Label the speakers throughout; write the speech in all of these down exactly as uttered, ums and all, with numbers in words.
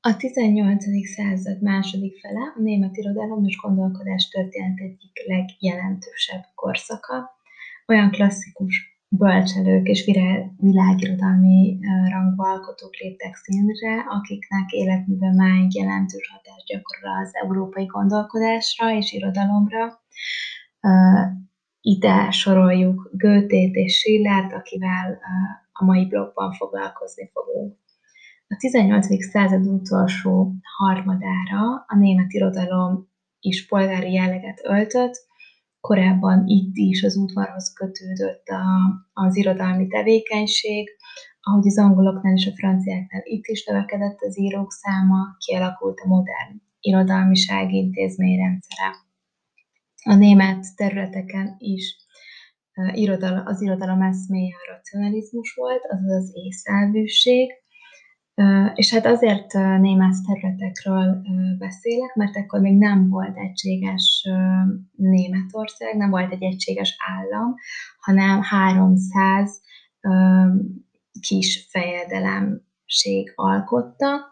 Speaker 1: A tizennyolcadik század második fele a német irodalom és gondolkodás történet egyik legjelentősebb korszaka. Olyan klasszikus bölcselők és virá- világirodalmi uh, rangú alkotók léptek színre, akiknek életműve máig jelentős hatást gyakorol az európai gondolkodásra és irodalomra. Uh, ide soroljuk Goethe-t és Schillert, akivel uh, a mai blogban foglalkozni fogunk. A tizennyolcadik század utolsó harmadára a német irodalom is polgári jelleget öltött, korábban itt is az udvarhoz kötődött a, az irodalmi tevékenység, ahogy az angoloknál és a franciáknál itt is növekedett az írók száma, kialakult a modern irodalmiság intézményrendszere. A német területeken is az irodalom eszméje a racionalizmus volt, azaz az észszelvűség, és hát azért német területekről beszélek, mert akkor még nem volt egységes Németország, nem volt egy egységes állam, hanem háromszáz kis fejedelemség alkotta.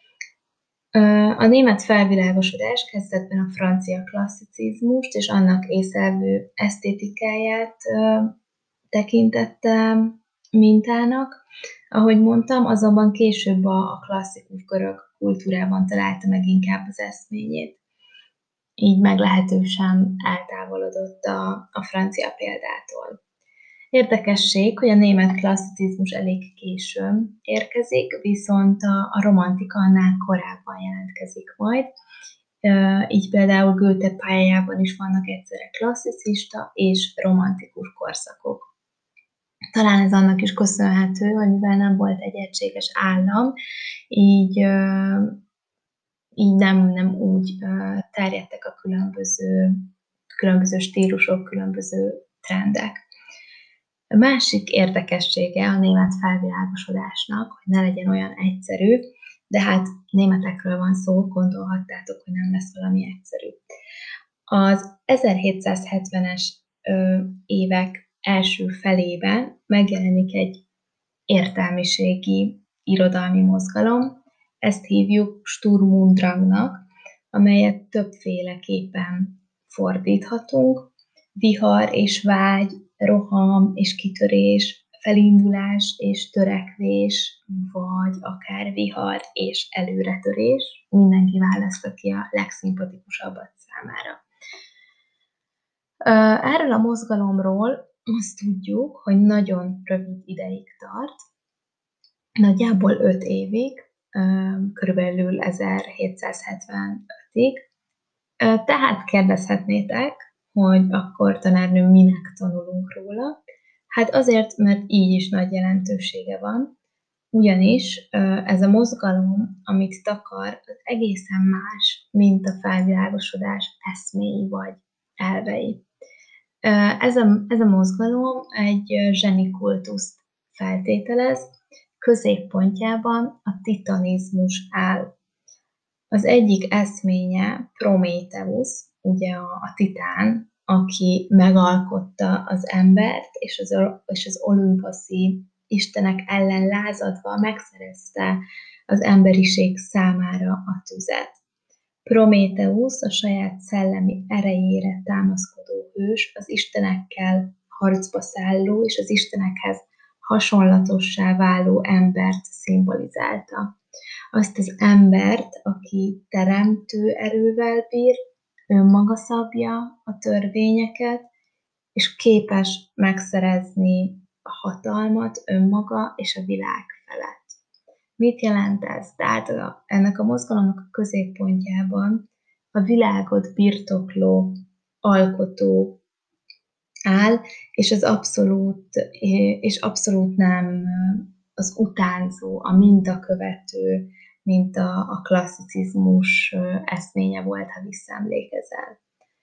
Speaker 1: A német felvilágosodás kezdetben a francia klasszicizmust és annak észlelvő esztétikáját tekintette mintának. Ahogy mondtam, azonban később a klasszikus görög kultúrában találta meg inkább az eszményét. Így meglehetősen eltávolodott a, a francia példától. Érdekesség, hogy a német klasszicizmus elég későn érkezik, viszont a, a romantika annál korábban jelentkezik majd. Így például Goethe pályájában is vannak egyszerre klasszicista és romantikus korszakok. Talán ez annak is köszönhető, hogy mivel nem volt egy egységes állam, így, így nem, nem úgy terjedtek a különböző, különböző stílusok, különböző trendek. A másik érdekessége a német felvilágosodásnak, hogy ne legyen olyan egyszerű, de hát németekről van szó, gondolhattátok, hogy nem lesz valami egyszerű. Az ezerhétszázhetvenes évek első felében megjelenik egy értelmiségi irodalmi mozgalom, ezt hívjuk Sturm und Drangnak, amelyet többféleképpen fordíthatunk, vihar és vágy, roham és kitörés, felindulás és törekvés, vagy akár vihar és előretörés. Mindenki választja ki a legszimpatikusabbat számára. Erről a mozgalomról azt tudjuk, hogy nagyon rövid ideig tart, nagyjából öt évig, körülbelül ezerhétszázhetvenötig. Tehát kérdezhetnétek, hogy akkor tanárnő minek tanulunk róla? Hát azért, mert így is nagy jelentősége van, ugyanis ez a mozgalom, amit takar, az egészen más, mint a felvilágosodás eszméi vagy elvei. Ez a, ez a mozgalom egy zsenikultuszt feltételez, középpontjában a titanizmus áll. Az egyik eszménye Prométheusz, ugye a, a titán, aki megalkotta az embert, és az, és az olimposzi istenek ellen lázadva megszerezte az emberiség számára a tüzet. Prométheusz a saját szellemi erejére támaszkodó hős, az istenekkel harcba szálló és az istenekhez hasonlatossá váló embert szimbolizálta. Azt az embert, aki teremtő erővel bír, önmaga szabja a törvényeket, és képes megszerezni a hatalmat önmaga és a világ felett. Mit jelent ez? Tehát a, ennek a mozgalomnak a középpontjában a világot birtokló alkotó áll, és az abszolút, és abszolút nem az utánzó, a mintakövető, mint a, a klasszicizmus eszménye volt, ha visszaemlékezel.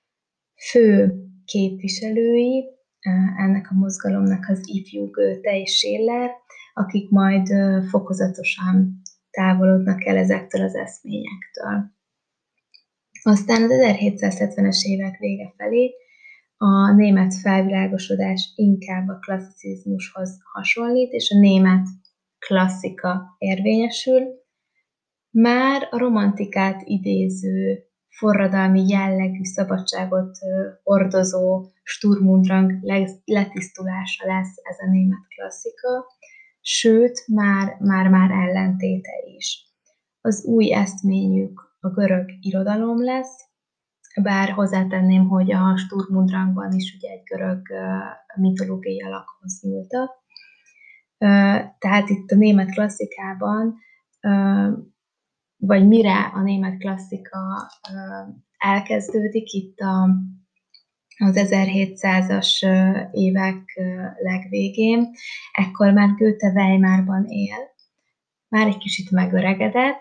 Speaker 1: Fő képviselői ennek a mozgalomnak az ifjú Goethe és Schiller, akik majd fokozatosan távolodnak el ezektől az eszményektől. Aztán az ezerhétszázhetvenes évek vége felé a német felvilágosodás inkább a klasszicizmushoz hasonlít, és a német klasszika érvényesül. Már a romantikát idéző, forradalmi jellegű szabadságot hordozó Sturm und Drang letisztulása lesz ez a német klasszika, sőt, már, már, már ellentéte is. Az új eszményük a görög irodalom lesz, bár hozzátenném, hogy a Sturm und Drangban is ugye egy görög mitológiai alakhoz nyúltak. Tehát itt a német klasszikában, vagy mire a német klasszika elkezdődik, itt a, az ezerhétszázas évek legvégén, ekkor már Goethe Weimarban él, már egy kicsit megöregedett,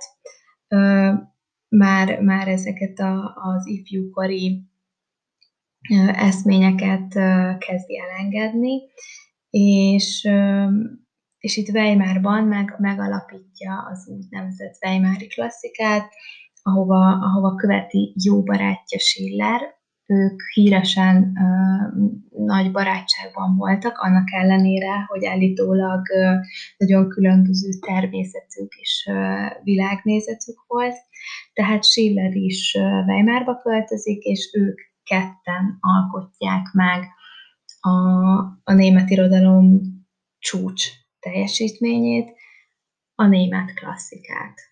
Speaker 1: már, már ezeket a, az ifjúkori eszményeket kezdi elengedni, és, és itt Weimarban meg, megalapítja az úgynevezett Weimari klasszikát, ahova, ahova követi jó barátja Schiller. Ők híresen uh, nagy barátságban voltak, annak ellenére, hogy állítólag uh, nagyon különböző természetük és uh, világnézetük volt. Tehát Schiller is uh, Weimarba költözik, és ők ketten alkotják meg a, a német irodalom csúcs teljesítményét, a német klasszikát.